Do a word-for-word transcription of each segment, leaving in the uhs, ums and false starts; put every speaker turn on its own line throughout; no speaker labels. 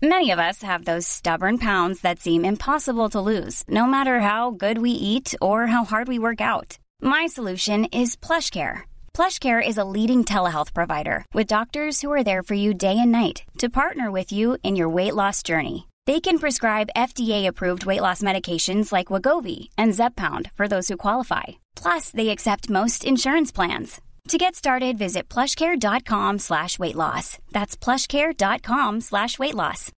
Many of us have those stubborn pounds that seem impossible to lose, no matter how good we eat or how hard we work out. My solution is PlushCare. PlushCare is a leading telehealth provider with doctors who are there for you day and night to partner with you in your weight loss journey. They can prescribe F D A-approved weight loss medications like Wegovy and Zepbound for those who qualify. Plus, they accept most insurance plans. To get started, visit plushcare.com slash weight loss. That's plushcare.com slash weight loss.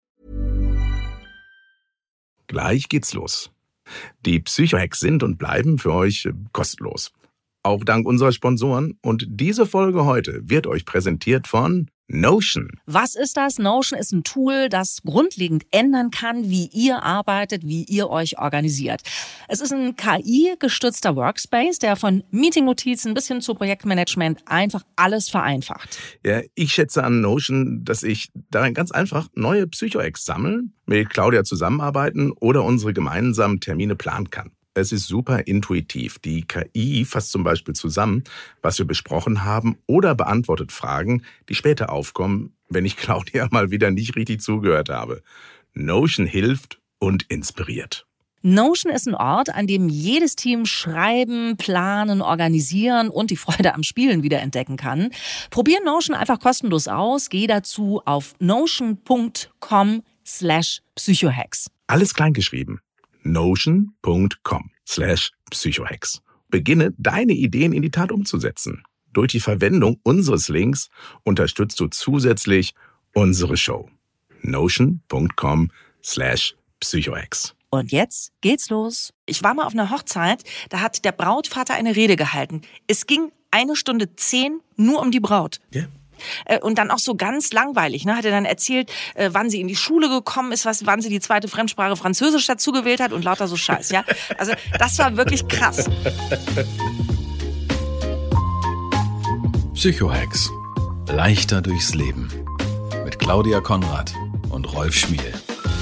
Gleich geht's los. Die Psycho-Hacks sind und bleiben für euch kostenlos. Auch dank unserer Sponsoren. Und diese Folge heute wird euch präsentiert von Notion.
Was ist das? Notion ist ein Tool, das grundlegend ändern kann, wie ihr arbeitet, wie ihr euch organisiert. Es ist ein K I-gestützter Workspace, der von Meeting-Notizen bis hin zu Projektmanagement einfach alles vereinfacht.
Ja, ich schätze an Notion, dass ich darin ganz einfach neue Psycho-Hacks sammeln, mit Claudia zusammenarbeiten oder unsere gemeinsamen Termine planen kann. Es ist super intuitiv. Die K I fasst zum Beispiel zusammen, was wir besprochen haben oder beantwortet Fragen, die später aufkommen, wenn ich Claudia mal wieder nicht richtig zugehört habe. Notion hilft und inspiriert.
Notion ist ein Ort, an dem jedes Team schreiben, planen, organisieren und die Freude am Spielen wiederentdecken kann. Probier Notion einfach kostenlos aus. Geh dazu auf notion.com slash psychohacks.
Alles klein geschrieben. notion.com slash psychohacks. Beginne, deine Ideen in die Tat umzusetzen. Durch die Verwendung unseres Links unterstützt du zusätzlich unsere Show. notion.com slash psychohacks.
Und jetzt geht's los. Ich war mal auf einer Hochzeit, da hat der Brautvater eine Rede gehalten. Es ging eine Stunde zehn nur um die Braut.
Ja.
Und dann auch so ganz langweilig, ne? Hat er dann erzählt, wann sie in die Schule gekommen ist, was, wann sie die zweite Fremdsprache Französisch dazu gewählt hat und lauter so Scheiß, ja. Also das war wirklich krass.
Psychohacks. Leichter durchs Leben. Mit Claudia Konrad und Rolf Schmiel.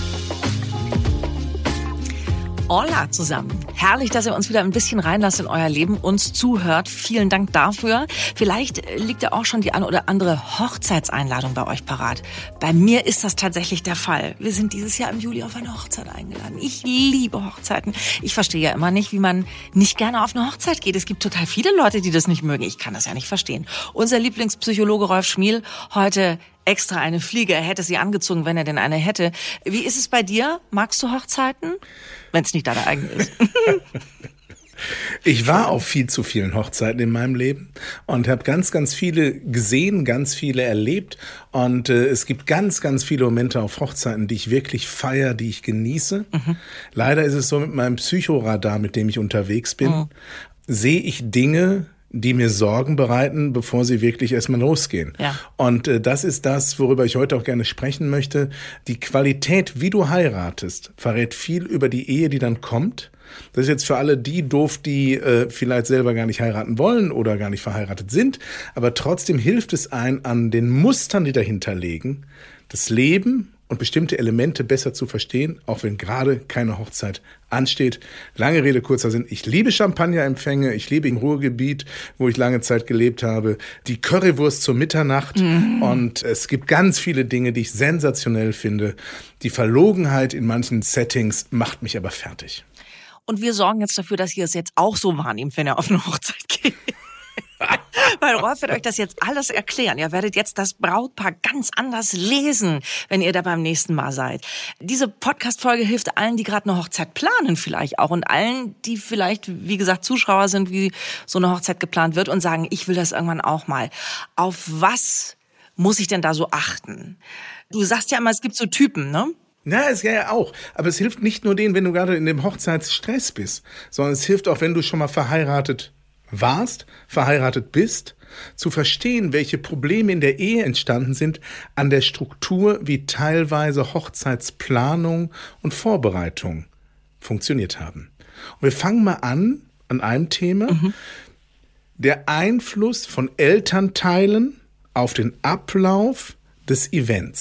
Hola zusammen. Herrlich, dass ihr uns wieder ein bisschen reinlasst in euer Leben, uns zuhört. Vielen Dank dafür. Vielleicht liegt ja auch schon die eine oder andere Hochzeitseinladung bei euch parat. Bei mir ist das tatsächlich der Fall. Wir sind dieses Jahr im Juli auf eine Hochzeit eingeladen. Ich liebe Hochzeiten. Ich verstehe ja immer nicht, wie man nicht gerne auf eine Hochzeit geht. Es gibt total viele Leute, die das nicht mögen. Ich kann das ja nicht verstehen. Unser Lieblingspsychologe Rolf Schmiel heute extra eine Fliege. Er hätte sie angezogen, wenn er denn eine hätte. Wie ist es bei dir? Magst du Hochzeiten? Wenn es nicht deine eigene ist.
Ich war auf viel zu vielen Hochzeiten in meinem Leben und habe ganz, ganz viele gesehen, ganz viele erlebt. Und äh, es gibt ganz, ganz viele Momente auf Hochzeiten, die ich wirklich feiere, die ich genieße. Mhm. Leider ist es so, mit meinem Psychoradar, mit dem ich unterwegs bin, mhm. sehe ich Dinge, die mir Sorgen bereiten, bevor sie wirklich erstmal losgehen. Ja. Und äh, das ist das, worüber ich heute auch gerne sprechen möchte. Die Qualität, wie du heiratest, verrät viel über die Ehe, die dann kommt. Das ist jetzt für alle die doof, die äh, vielleicht selber gar nicht heiraten wollen oder gar nicht verheiratet sind. Aber trotzdem hilft es ein, an den Mustern, die dahinter liegen, das Leben und bestimmte Elemente besser zu verstehen, auch wenn gerade keine Hochzeit ansteht. Lange Rede, kurzer Sinn. Ich liebe Champagnerempfänge. Ich lebe im Ruhrgebiet, wo ich lange Zeit gelebt habe. Die Currywurst zur Mitternacht. Mhm. Und es gibt ganz viele Dinge, die ich sensationell finde. Die Verlogenheit in manchen Settings macht mich aber fertig.
Und wir sorgen jetzt dafür, dass ihr es jetzt auch so wahrnehmt, wenn ihr auf eine Hochzeit geht. Weil Rolf wird euch das jetzt alles erklären. Ihr werdet jetzt das Brautpaar ganz anders lesen, wenn ihr da beim nächsten Mal seid. Diese Podcast-Folge hilft allen, die gerade eine Hochzeit planen vielleicht auch und allen, die vielleicht, wie gesagt, Zuschauer sind, wie so eine Hochzeit geplant wird und sagen, ich will das irgendwann auch mal. Auf was muss ich denn da so achten? Du sagst ja immer, es gibt so Typen, ne?
Ja, ist ja ja auch. Aber es hilft nicht nur denen, wenn du gerade in dem Hochzeitsstress bist, sondern es hilft auch, wenn du schon mal verheiratet warst, verheiratet bist, zu verstehen, welche Probleme in der Ehe entstanden sind an der Struktur, wie teilweise Hochzeitsplanung und Vorbereitung funktioniert haben. Und wir fangen mal an, an einem Thema. Mhm. Der Einfluss von Elternteilen auf den Ablauf des Events.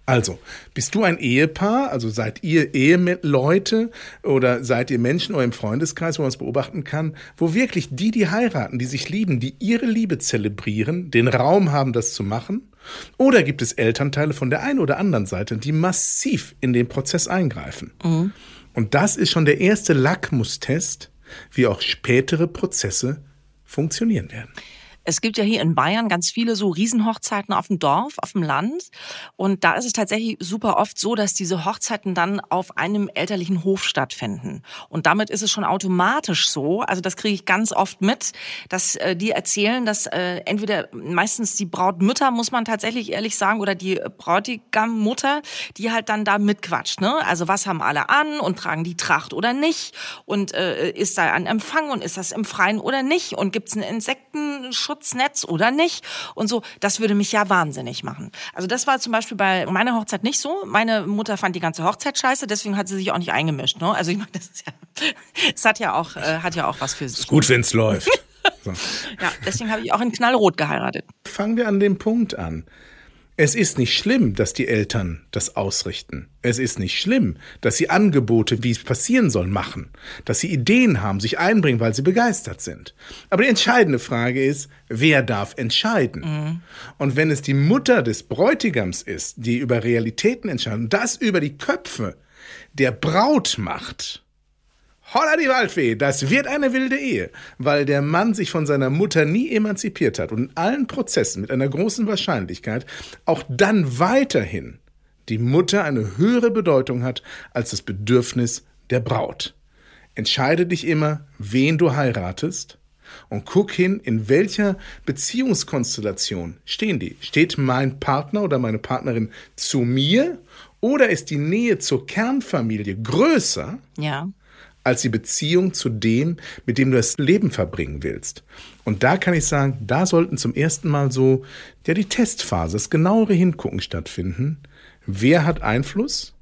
Also, bist du ein Ehepaar, also seid ihr Eheleute oder seid ihr Menschen oder im Freundeskreis, wo man es beobachten kann, wo wirklich die, die heiraten, die sich lieben, die ihre Liebe zelebrieren, den Raum haben, das zu machen? Oder gibt es Elternteile von der einen oder anderen Seite, die massiv in den Prozess eingreifen? Mhm. Und das ist schon der erste Lackmustest, wie auch spätere Prozesse funktionieren werden.
Es gibt ja hier in Bayern ganz viele so Riesenhochzeiten auf dem Dorf, auf dem Land. Und da ist es tatsächlich super oft so, dass diese Hochzeiten dann auf einem elterlichen Hof stattfinden. Und damit ist es schon automatisch so, also das kriege ich ganz oft mit, dass äh, die erzählen, dass äh, entweder meistens die Brautmütter, muss man tatsächlich ehrlich sagen, oder die Bräutigammutter, die halt dann da mitquatscht. Ne? Also was haben alle an und tragen die Tracht oder nicht? Und äh, ist da ein Empfang und ist das im Freien oder nicht? Und gibt es einen Insektenschutz? Schutznetz oder nicht und so, das würde mich ja wahnsinnig machen. Also das war zum Beispiel bei meiner Hochzeit nicht so. Meine Mutter fand die ganze Hochzeit scheiße, deswegen hat sie sich auch nicht eingemischt. Ne? Also ich meine, das ist ja, es hat ja auch, äh, hat ja auch was für sich.
Ist gut, wenn es läuft. So.
Ja, deswegen habe ich auch in Knallrot geheiratet.
Fangen wir an dem Punkt an. Es ist nicht schlimm, dass die Eltern das ausrichten. Es ist nicht schlimm, dass sie Angebote, wie es passieren soll, machen. Dass sie Ideen haben, sich einbringen, weil sie begeistert sind. Aber die entscheidende Frage ist, wer darf entscheiden? Mhm. Und wenn es die Mutter des Bräutigams ist, die über Realitäten entscheidet, und das über die Köpfe der Braut macht, holla die Waldfee, das wird eine wilde Ehe, weil der Mann sich von seiner Mutter nie emanzipiert hat und in allen Prozessen mit einer großen Wahrscheinlichkeit auch dann weiterhin die Mutter eine höhere Bedeutung hat als das Bedürfnis der Braut. Entscheide dich immer, wen du heiratest und guck hin, in welcher Beziehungskonstellation stehen die. Steht mein Partner oder meine Partnerin zu mir oder ist die Nähe zur Kernfamilie größer? Ja. Als die Beziehung zu dem, mit dem du das Leben verbringen willst. Und da kann ich sagen, da sollten zum ersten Mal so ja die Testphase, das genauere Hingucken stattfinden. Wer hat Einfluss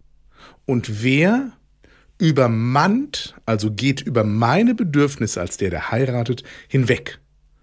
und wer übermannt, also geht über meine Bedürfnisse als der, der heiratet, hinweg.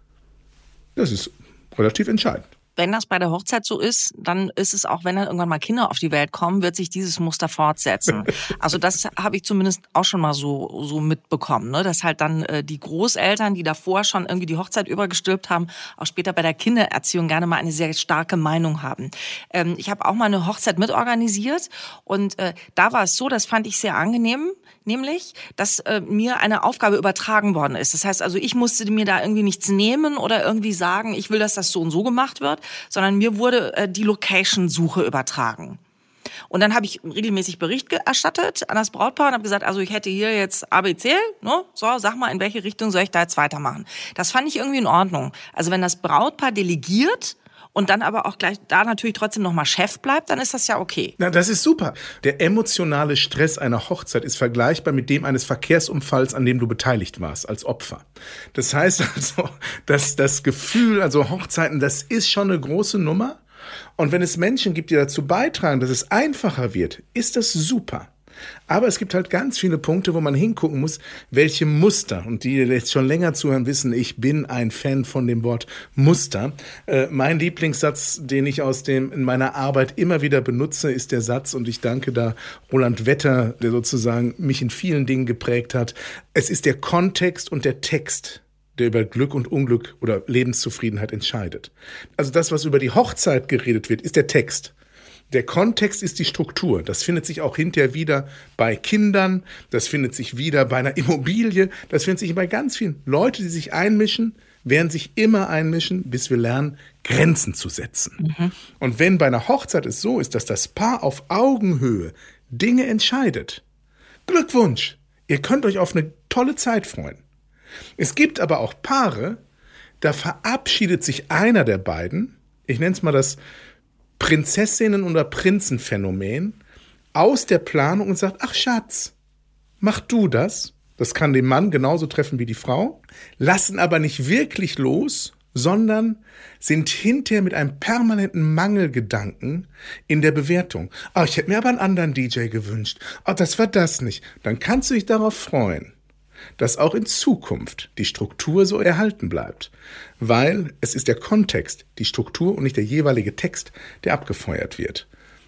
Das ist relativ entscheidend.
Wenn das bei der Hochzeit so ist, dann ist es auch, wenn dann irgendwann mal Kinder auf die Welt kommen, wird sich dieses Muster fortsetzen. Also das habe ich zumindest auch schon mal so so mitbekommen, ne? Dass halt dann äh, die Großeltern, die davor schon irgendwie die Hochzeit übergestülpt haben, auch später bei der Kindererziehung gerne mal eine sehr starke Meinung haben. Ähm, ich habe auch mal eine Hochzeit mitorganisiert und äh, da war es so, das fand ich sehr angenehm, nämlich, dass äh, mir eine Aufgabe übertragen worden ist. Das heißt also, ich musste mir da irgendwie nichts nehmen oder irgendwie sagen, ich will, dass das so und so gemacht wird, sondern mir wurde äh, die Location-Suche übertragen. Und dann habe ich regelmäßig Bericht erstattet an das Brautpaar und habe gesagt, also ich hätte hier jetzt A B C, ne? So, sag mal, in welche Richtung soll ich da jetzt weitermachen? Das fand ich irgendwie in Ordnung. Also wenn das Brautpaar delegiert und dann aber auch gleich da natürlich trotzdem nochmal Chef bleibt, dann ist das ja okay.
Na, das ist super. Der emotionale Stress einer Hochzeit ist vergleichbar mit dem eines Verkehrsunfalls, an dem du beteiligt warst, als Opfer. Das heißt also, dass das Gefühl, also Hochzeiten, das ist schon eine große Nummer. Und wenn es Menschen gibt, die dazu beitragen, dass es einfacher wird, ist das super. Aber es gibt halt ganz viele Punkte, wo man hingucken muss, welche Muster, und die, die jetzt schon länger zuhören, wissen, ich bin ein Fan von dem Wort Muster. Äh, mein Lieblingssatz, den ich aus dem in meiner Arbeit immer wieder benutze, ist der Satz, und ich danke da Roland Wetter, der sozusagen mich in vielen Dingen geprägt hat. Es ist der Kontext und der Text, der über Glück und Unglück oder Lebenszufriedenheit entscheidet. Also das, was über die Hochzeit geredet wird, ist der Text. Der Kontext ist die Struktur. Das findet sich auch hinterher wieder bei Kindern, das findet sich wieder bei einer Immobilie, das findet sich bei ganz vielen. Leute, die sich einmischen, werden sich immer einmischen, bis wir lernen, Grenzen zu setzen. Mhm. Und wenn bei einer Hochzeit es so ist, dass das Paar auf Augenhöhe Dinge entscheidet, Glückwunsch, ihr könnt euch auf eine tolle Zeit freuen. Es gibt aber auch Paare, da verabschiedet sich einer der beiden, ich nenne es mal das Prinzessinnen- oder Prinzenphänomen, aus der Planung und sagt, ach Schatz, mach du das. Das kann den Mann genauso treffen wie die Frau, lassen aber nicht wirklich los, sondern sind hinterher mit einem permanenten Mangelgedanken in der Bewertung. Ah, ich hätte mir aber einen anderen D J gewünscht. Ah, das war das nicht. Dann kannst du dich darauf freuen, dass auch in Zukunft die Struktur so erhalten bleibt. Weil es ist der Kontext, die Struktur und nicht der jeweilige Text, der abgefeuert wird.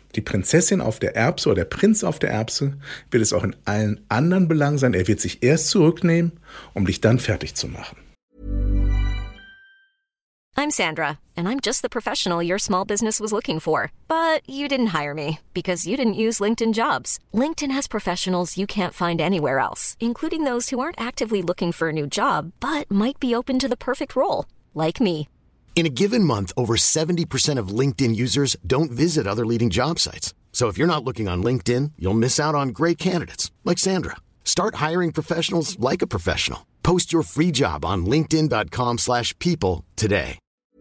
Die Prinzessin auf der Erbse oder der Prinz auf der Erbse wird es auch in allen anderen Belangen sein. Er wird sich erst zurücknehmen, um dich dann fertig zu machen.
I'm Sandra, and I'm just the professional your small business was looking for. But you didn't hire me because you didn't use LinkedIn Jobs. LinkedIn has professionals you can't find anywhere else, including those who aren't actively looking for a new job, but might be open to the perfect role, like me.
In a given month, over seventy percent of LinkedIn users don't visit other leading job sites. So if you're not looking on LinkedIn, you'll miss out on great candidates like Sandra. Start hiring professionals like a professional. Post your free job on linkedin dot com slash people today.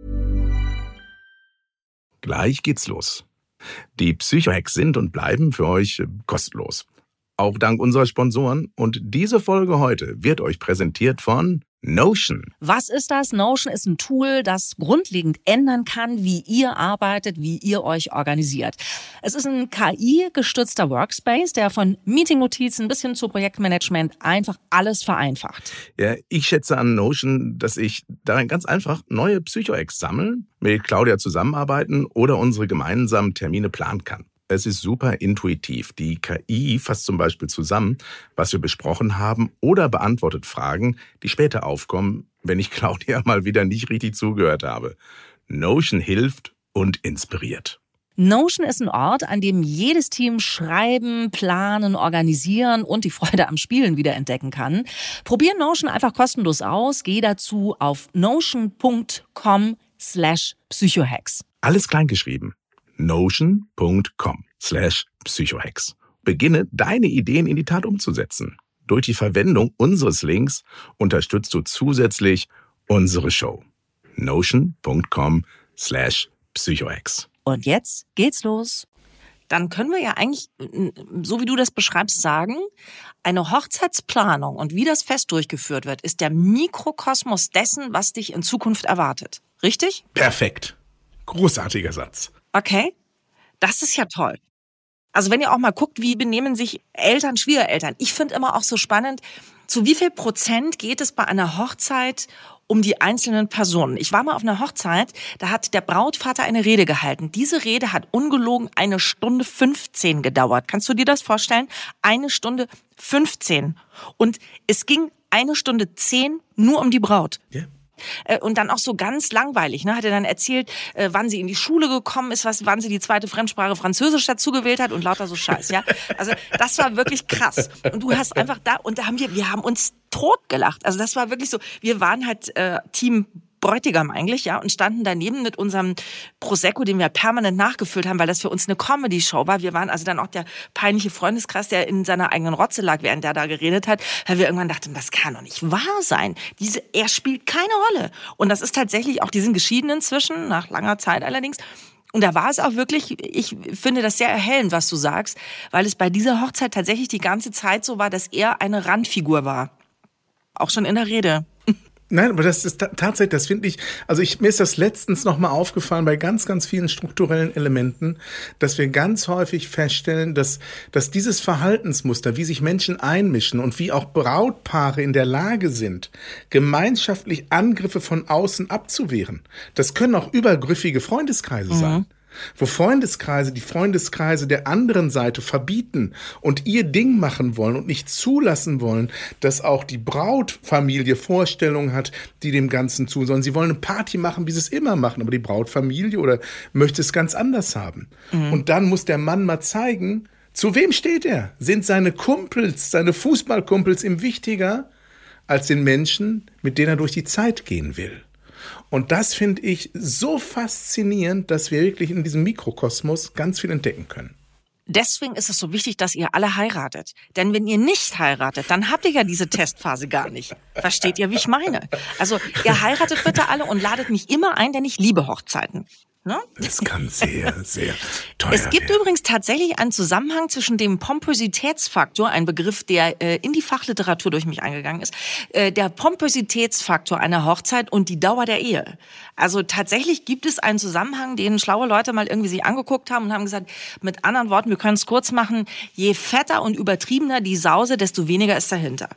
Gleich geht's los. Die Psycho-Hacks sind und bleiben für euch kostenlos. Auch dank unserer Sponsoren. Und diese Folge heute wird euch präsentiert von Notion.
Was ist das? Notion ist ein Tool, das grundlegend ändern kann, wie ihr arbeitet, wie ihr euch organisiert. Es ist ein K I-gestützter Workspace, der von Meeting-Notizen bis hin zu Projektmanagement einfach alles vereinfacht.
Ja, ich schätze an Notion, dass ich darin ganz einfach neue Psycho-Hacks sammeln, mit Claudia zusammenarbeiten oder unsere gemeinsamen Termine planen kann. Es ist super intuitiv. Die K I fasst zum Beispiel zusammen, was wir besprochen haben oder beantwortet Fragen, die später aufkommen, wenn ich Claudia mal wieder nicht richtig zugehört habe. Notion hilft und inspiriert.
Notion ist ein Ort, an dem jedes Team schreiben, planen, organisieren und die Freude am Spielen wiederentdecken kann. Probier Notion einfach kostenlos aus. Geh dazu auf notion punkt com slash psychohacks.
Alles klein geschrieben. notion punkt com slash psychohacks. Beginne, deine Ideen in die Tat umzusetzen. Durch die Verwendung unseres Links unterstützt du zusätzlich unsere Show. notion punkt com slash psychohacks.
Und jetzt geht's los. Dann können wir ja eigentlich, so wie du das beschreibst, sagen, eine Hochzeitsplanung und wie das Fest durchgeführt wird, ist der Mikrokosmos dessen, was dich in Zukunft erwartet. Richtig?
Perfekt. Großartiger Satz.
Okay, das ist ja toll. Also wenn ihr auch mal guckt, wie benehmen sich Eltern, Schwiegereltern. Ich finde immer auch so spannend, zu wie viel Prozent geht es bei einer Hochzeit um die einzelnen Personen. Ich war mal auf einer Hochzeit, da hat der Brautvater eine Rede gehalten. Diese Rede hat ungelogen eine Stunde fünfzehn gedauert. Kannst du dir das vorstellen? Eine Stunde fünfzehn. Und es ging eine Stunde zehn nur um die Braut. Ja. Und dann auch so ganz langweilig, ne? Hat er dann erzählt, äh, wann sie in die Schule gekommen ist, was, wann sie die zweite Fremdsprache Französisch dazu gewählt hat und lauter so Scheiß, ja. Also das war wirklich krass. Und du hast einfach da, und da haben wir, wir haben uns totgelacht. Also das war wirklich so, wir waren halt äh, Team Bräutigam eigentlich, ja, und standen daneben mit unserem Prosecco, den wir permanent nachgefüllt haben, weil das für uns eine Comedy-Show war. Wir waren also dann auch der peinliche Freundeskreis, der in seiner eigenen Rotze lag, während der da geredet hat, weil wir irgendwann dachten, das kann doch nicht wahr sein. Diese, er spielt keine Rolle. Und das ist tatsächlich auch, die sind geschieden inzwischen, nach langer Zeit allerdings. Und da war es auch wirklich, ich finde das sehr erhellend, was du sagst, weil es bei dieser Hochzeit tatsächlich die ganze Zeit so war, dass er eine Randfigur war. Auch schon in der Rede.
Nein, aber das ist ta- tatsächlich, das finde ich, also ich, mir ist das letztens nochmal aufgefallen bei ganz, ganz vielen strukturellen Elementen, dass wir ganz häufig feststellen, dass, dass dieses Verhaltensmuster, wie sich Menschen einmischen und wie auch Brautpaare in der Lage sind, gemeinschaftlich Angriffe von außen abzuwehren. Das können auch übergriffige Freundeskreise mhm. sein. Wo Freundeskreise die Freundeskreise der anderen Seite verbieten und ihr Ding machen wollen und nicht zulassen wollen, dass auch die Brautfamilie Vorstellungen hat, die dem Ganzen zu sollen. Sie wollen eine Party machen, wie sie es immer machen, aber die Brautfamilie oder möchte es ganz anders haben. Mhm. Und dann muss der Mann mal zeigen, zu wem steht er? Sind seine Kumpels, seine Fußballkumpels ihm wichtiger als den Menschen, mit denen er durch die Zeit gehen will? Und das finde ich so faszinierend, dass wir wirklich in diesem Mikrokosmos ganz viel entdecken können.
Deswegen ist es so wichtig, dass ihr alle heiratet. Denn wenn ihr nicht heiratet, dann habt ihr ja diese Testphase gar nicht. Versteht ihr, wie ich meine? Also ihr heiratet bitte alle und ladet mich immer ein, denn ich liebe Hochzeiten. Ne?
Das kann sehr, sehr teuer
Es gibt
werden.
übrigens tatsächlich einen Zusammenhang zwischen dem Pompösitätsfaktor, ein Begriff, der äh, in die Fachliteratur durch mich eingegangen ist, äh, der Pompösitätsfaktor einer Hochzeit und die Dauer der Ehe. Also tatsächlich gibt es einen Zusammenhang, den schlaue Leute mal irgendwie sich angeguckt haben und haben gesagt, mit anderen Worten, wir können es kurz machen, je fetter und übertriebener die Sause, desto weniger ist dahinter.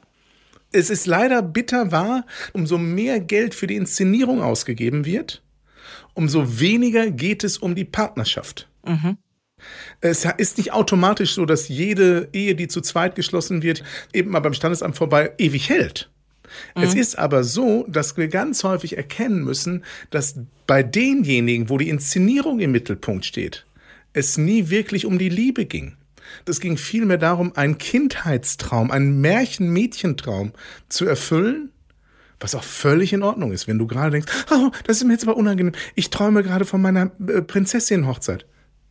Es ist leider bitter wahr, umso mehr Geld für die Inszenierung ausgegeben wird, umso weniger geht es um die Partnerschaft.
Mhm.
Es ist nicht automatisch so, dass jede Ehe, die zu zweit geschlossen wird, eben mal beim Standesamt vorbei ewig hält. Mhm. Es ist aber so, dass wir ganz häufig erkennen müssen, dass bei denjenigen, wo die Inszenierung im Mittelpunkt steht, es nie wirklich um die Liebe ging. Es ging vielmehr darum, einen Kindheitstraum, einen Märchen-Mädchentraum zu erfüllen, was auch völlig in Ordnung ist, wenn du gerade denkst, oh, das ist mir jetzt aber unangenehm, ich träume gerade von meiner äh, Prinzessin-Hochzeit.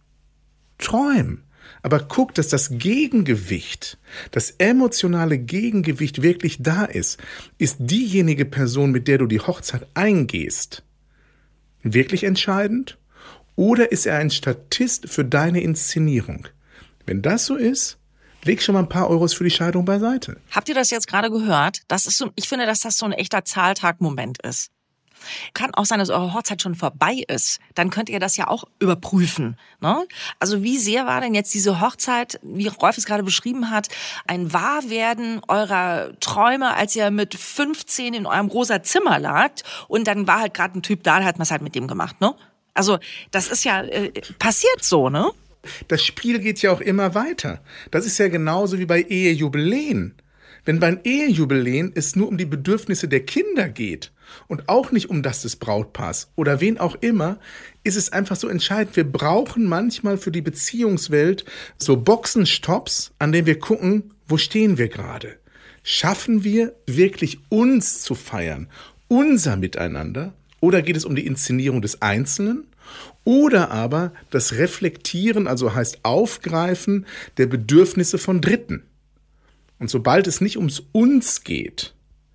Träum. Aber guck, dass das Gegengewicht, das emotionale Gegengewicht wirklich da ist. Ist diejenige Person, mit der du die Hochzeit eingehst, wirklich entscheidend? Oder ist er ein Statist für deine Inszenierung? Wenn das so ist, leg schon mal ein paar Euros für die Scheidung beiseite.
Habt ihr das jetzt gerade gehört? Das ist so, ich finde, dass das so ein echter Zahltag-Moment ist. Kann auch sein, dass eure Hochzeit schon vorbei ist. Dann könnt ihr das ja auch überprüfen. Ne? Also wie sehr war denn jetzt diese Hochzeit, wie Rolf es gerade beschrieben hat, ein Wahrwerden eurer Träume, als ihr mit fünfzehn in eurem rosa Zimmer lagt und dann war halt gerade ein Typ da, da hat man es halt mit dem gemacht. Ne? Also das ist ja äh, passiert so, ne?
Das Spiel geht ja auch immer weiter. Das ist ja genauso wie bei Ehejubiläen. Wenn bei Ehejubiläen es nur um die Bedürfnisse der Kinder geht und auch nicht um das des Brautpaars oder wen auch immer, ist es einfach so entscheidend. Wir brauchen manchmal für die Beziehungswelt so Boxenstopps, an denen wir gucken, wo stehen wir gerade? Schaffen wir wirklich uns zu feiern, unser Miteinander? Oder geht es um die Inszenierung des Einzelnen? Oder aber das Reflektieren, also heißt Aufgreifen der Bedürfnisse von Dritten. Und sobald es nicht ums Uns geht,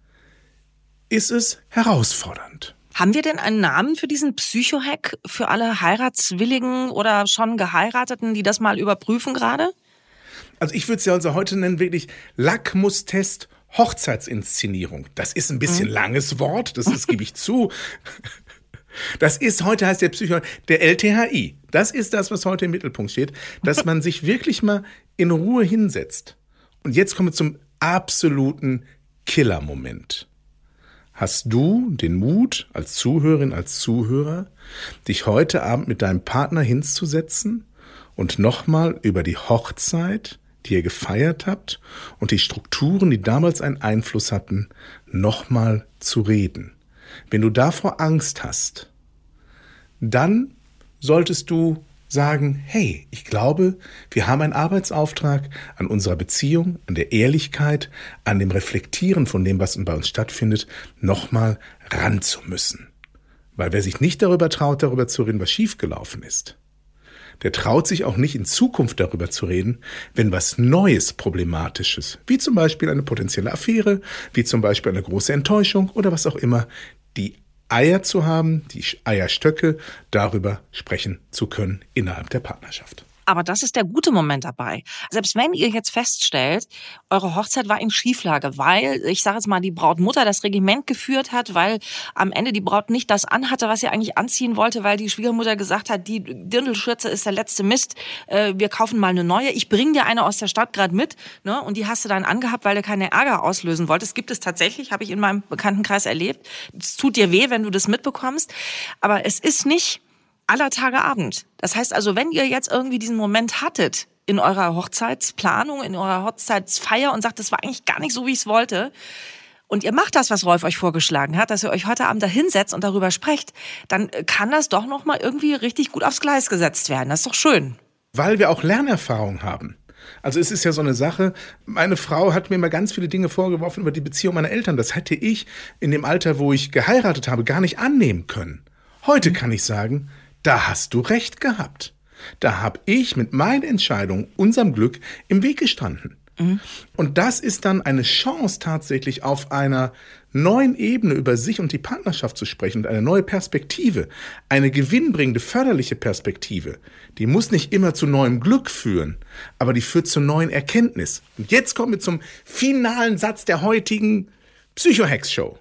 ist es herausfordernd.
Haben wir denn einen Namen für diesen Psycho-Hack für alle Heiratswilligen oder schon Geheirateten, die das mal überprüfen gerade?
Also ich würde es ja also heute nennen, wirklich Lackmustest Hochzeitsinszenierung. Das ist ein bisschen mhm. langes Wort, das ist, gebe ich zu. Das ist, heute heißt der Psycho, der L T H I. Das ist das, was heute im Mittelpunkt steht, dass man sich wirklich mal in Ruhe hinsetzt. Und jetzt kommen wir zum absoluten Killer-Moment. Hast du den Mut, als Zuhörerin, als Zuhörer, dich heute Abend mit deinem Partner hinzusetzen und nochmal über die Hochzeit, die ihr gefeiert habt, und die Strukturen, die damals einen Einfluss hatten, nochmal zu reden? Wenn du davor Angst hast, dann solltest du sagen, hey, ich glaube, wir haben einen Arbeitsauftrag an unserer Beziehung, an der Ehrlichkeit, an dem Reflektieren von dem, was bei uns stattfindet, nochmal ran zu müssen. Weil wer sich nicht darüber traut, darüber zu reden, was schiefgelaufen ist, der traut sich auch nicht in Zukunft darüber zu reden, wenn was Neues, Problematisches, wie zum Beispiel eine potenzielle Affäre, wie zum Beispiel eine große Enttäuschung oder was auch immer, die Eier zu haben, die Eierstöcke, darüber sprechen zu können innerhalb der Partnerschaft.
Aber das ist der gute Moment dabei. Selbst wenn ihr jetzt feststellt, eure Hochzeit war in Schieflage, weil, ich sage jetzt mal, die Brautmutter das Regiment geführt hat, weil am Ende die Braut nicht das anhatte, was sie eigentlich anziehen wollte, weil die Schwiegermutter gesagt hat, die Dirndlschürze ist der letzte Mist, äh, wir kaufen mal eine neue. Ich bringe dir eine aus der Stadt gerade mit, ne? Und die hast du dann angehabt, weil du keine Ärger auslösen wolltest. Das gibt es tatsächlich, habe ich in meinem Bekanntenkreis erlebt. Es tut dir weh, wenn du das mitbekommst. Aber es ist nicht aller Tage Abend. Das heißt also, wenn ihr jetzt irgendwie diesen Moment hattet in eurer Hochzeitsplanung, in eurer Hochzeitsfeier und sagt, das war eigentlich gar nicht so, wie ich es wollte, und ihr macht das, was Rolf euch vorgeschlagen hat, dass ihr euch heute Abend da hinsetzt und darüber sprecht, dann kann das doch noch mal irgendwie richtig gut aufs Gleis gesetzt werden. Das ist doch schön.
Weil wir auch Lernerfahrung haben. Also es ist ja so eine Sache, meine Frau hat mir immer ganz viele Dinge vorgeworfen über die Beziehung meiner Eltern. Das hätte ich in dem Alter, wo ich geheiratet habe, gar nicht annehmen können. Heute kann ich sagen, da hast du recht gehabt. Da habe ich mit meinen Entscheidungen unserem Glück im Weg gestanden. Mhm. Und das ist dann eine Chance, tatsächlich auf einer neuen Ebene über sich und die Partnerschaft zu sprechen und eine neue Perspektive, eine gewinnbringende, förderliche Perspektive. Die muss nicht immer zu neuem Glück führen, aber die führt zu neuen Erkenntnis. Und jetzt kommen wir zum finalen Satz der heutigen Psycho-Hacks-Show.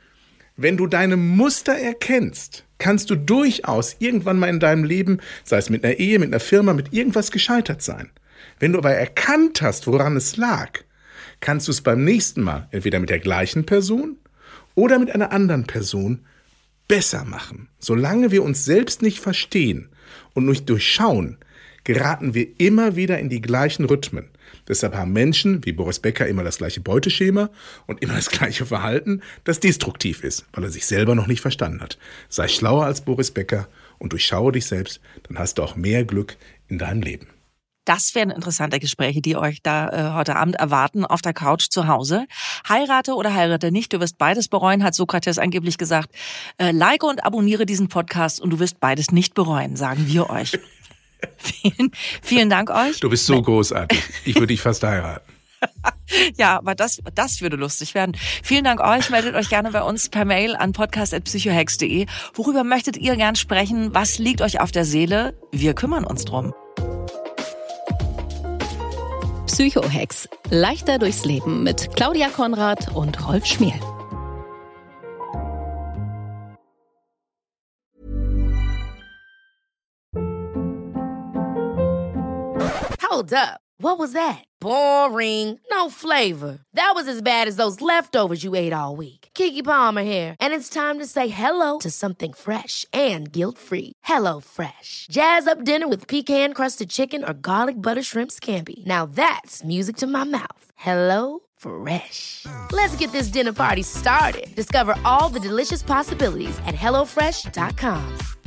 Wenn du deine Muster erkennst, kannst du durchaus irgendwann mal in deinem Leben, sei es mit einer Ehe, mit einer Firma, mit irgendwas gescheitert sein. Wenn du aber erkannt hast, woran es lag, kannst du es beim nächsten Mal entweder mit der gleichen Person oder mit einer anderen Person besser machen. Solange wir uns selbst nicht verstehen und nicht durchschauen, geraten wir immer wieder in die gleichen Rhythmen. Deshalb haben Menschen wie Boris Becker immer das gleiche Beuteschema und immer das gleiche Verhalten, das destruktiv ist, weil er sich selber noch nicht verstanden hat. Sei schlauer als Boris Becker und durchschaue dich selbst, dann hast du auch mehr Glück in deinem Leben.
Das wären interessante Gespräche, die euch da äh, heute Abend erwarten auf der Couch zu Hause. Heirate oder heirate nicht, du wirst beides bereuen, hat Sokrates angeblich gesagt. Äh, like und abonniere diesen Podcast und du wirst beides nicht bereuen, sagen wir euch. vielen, vielen Dank euch.
Du bist so großartig. Ich würde dich fast heiraten.
Ja, aber das, das würde lustig werden. Vielen Dank euch. Meldet euch gerne bei uns per Mail an podcast at psychohex punkt de. Worüber möchtet ihr gern sprechen? Was liegt euch auf der Seele? Wir kümmern uns drum.
Psychohex. Leichter durchs Leben mit Claudia Konrad und Rolf Schmiel.
Hold up. What was that? Boring. No flavor. That was as bad as those leftovers you ate all week. Keke Palmer here. And it's time to say hello to something fresh and guilt-free. Hello Fresh. Jazz up dinner with pecan-crusted chicken or garlic butter shrimp scampi. Now that's music to my mouth. Hello Fresh. Let's get this dinner party started. Discover all the delicious possibilities at hello fresh dot com.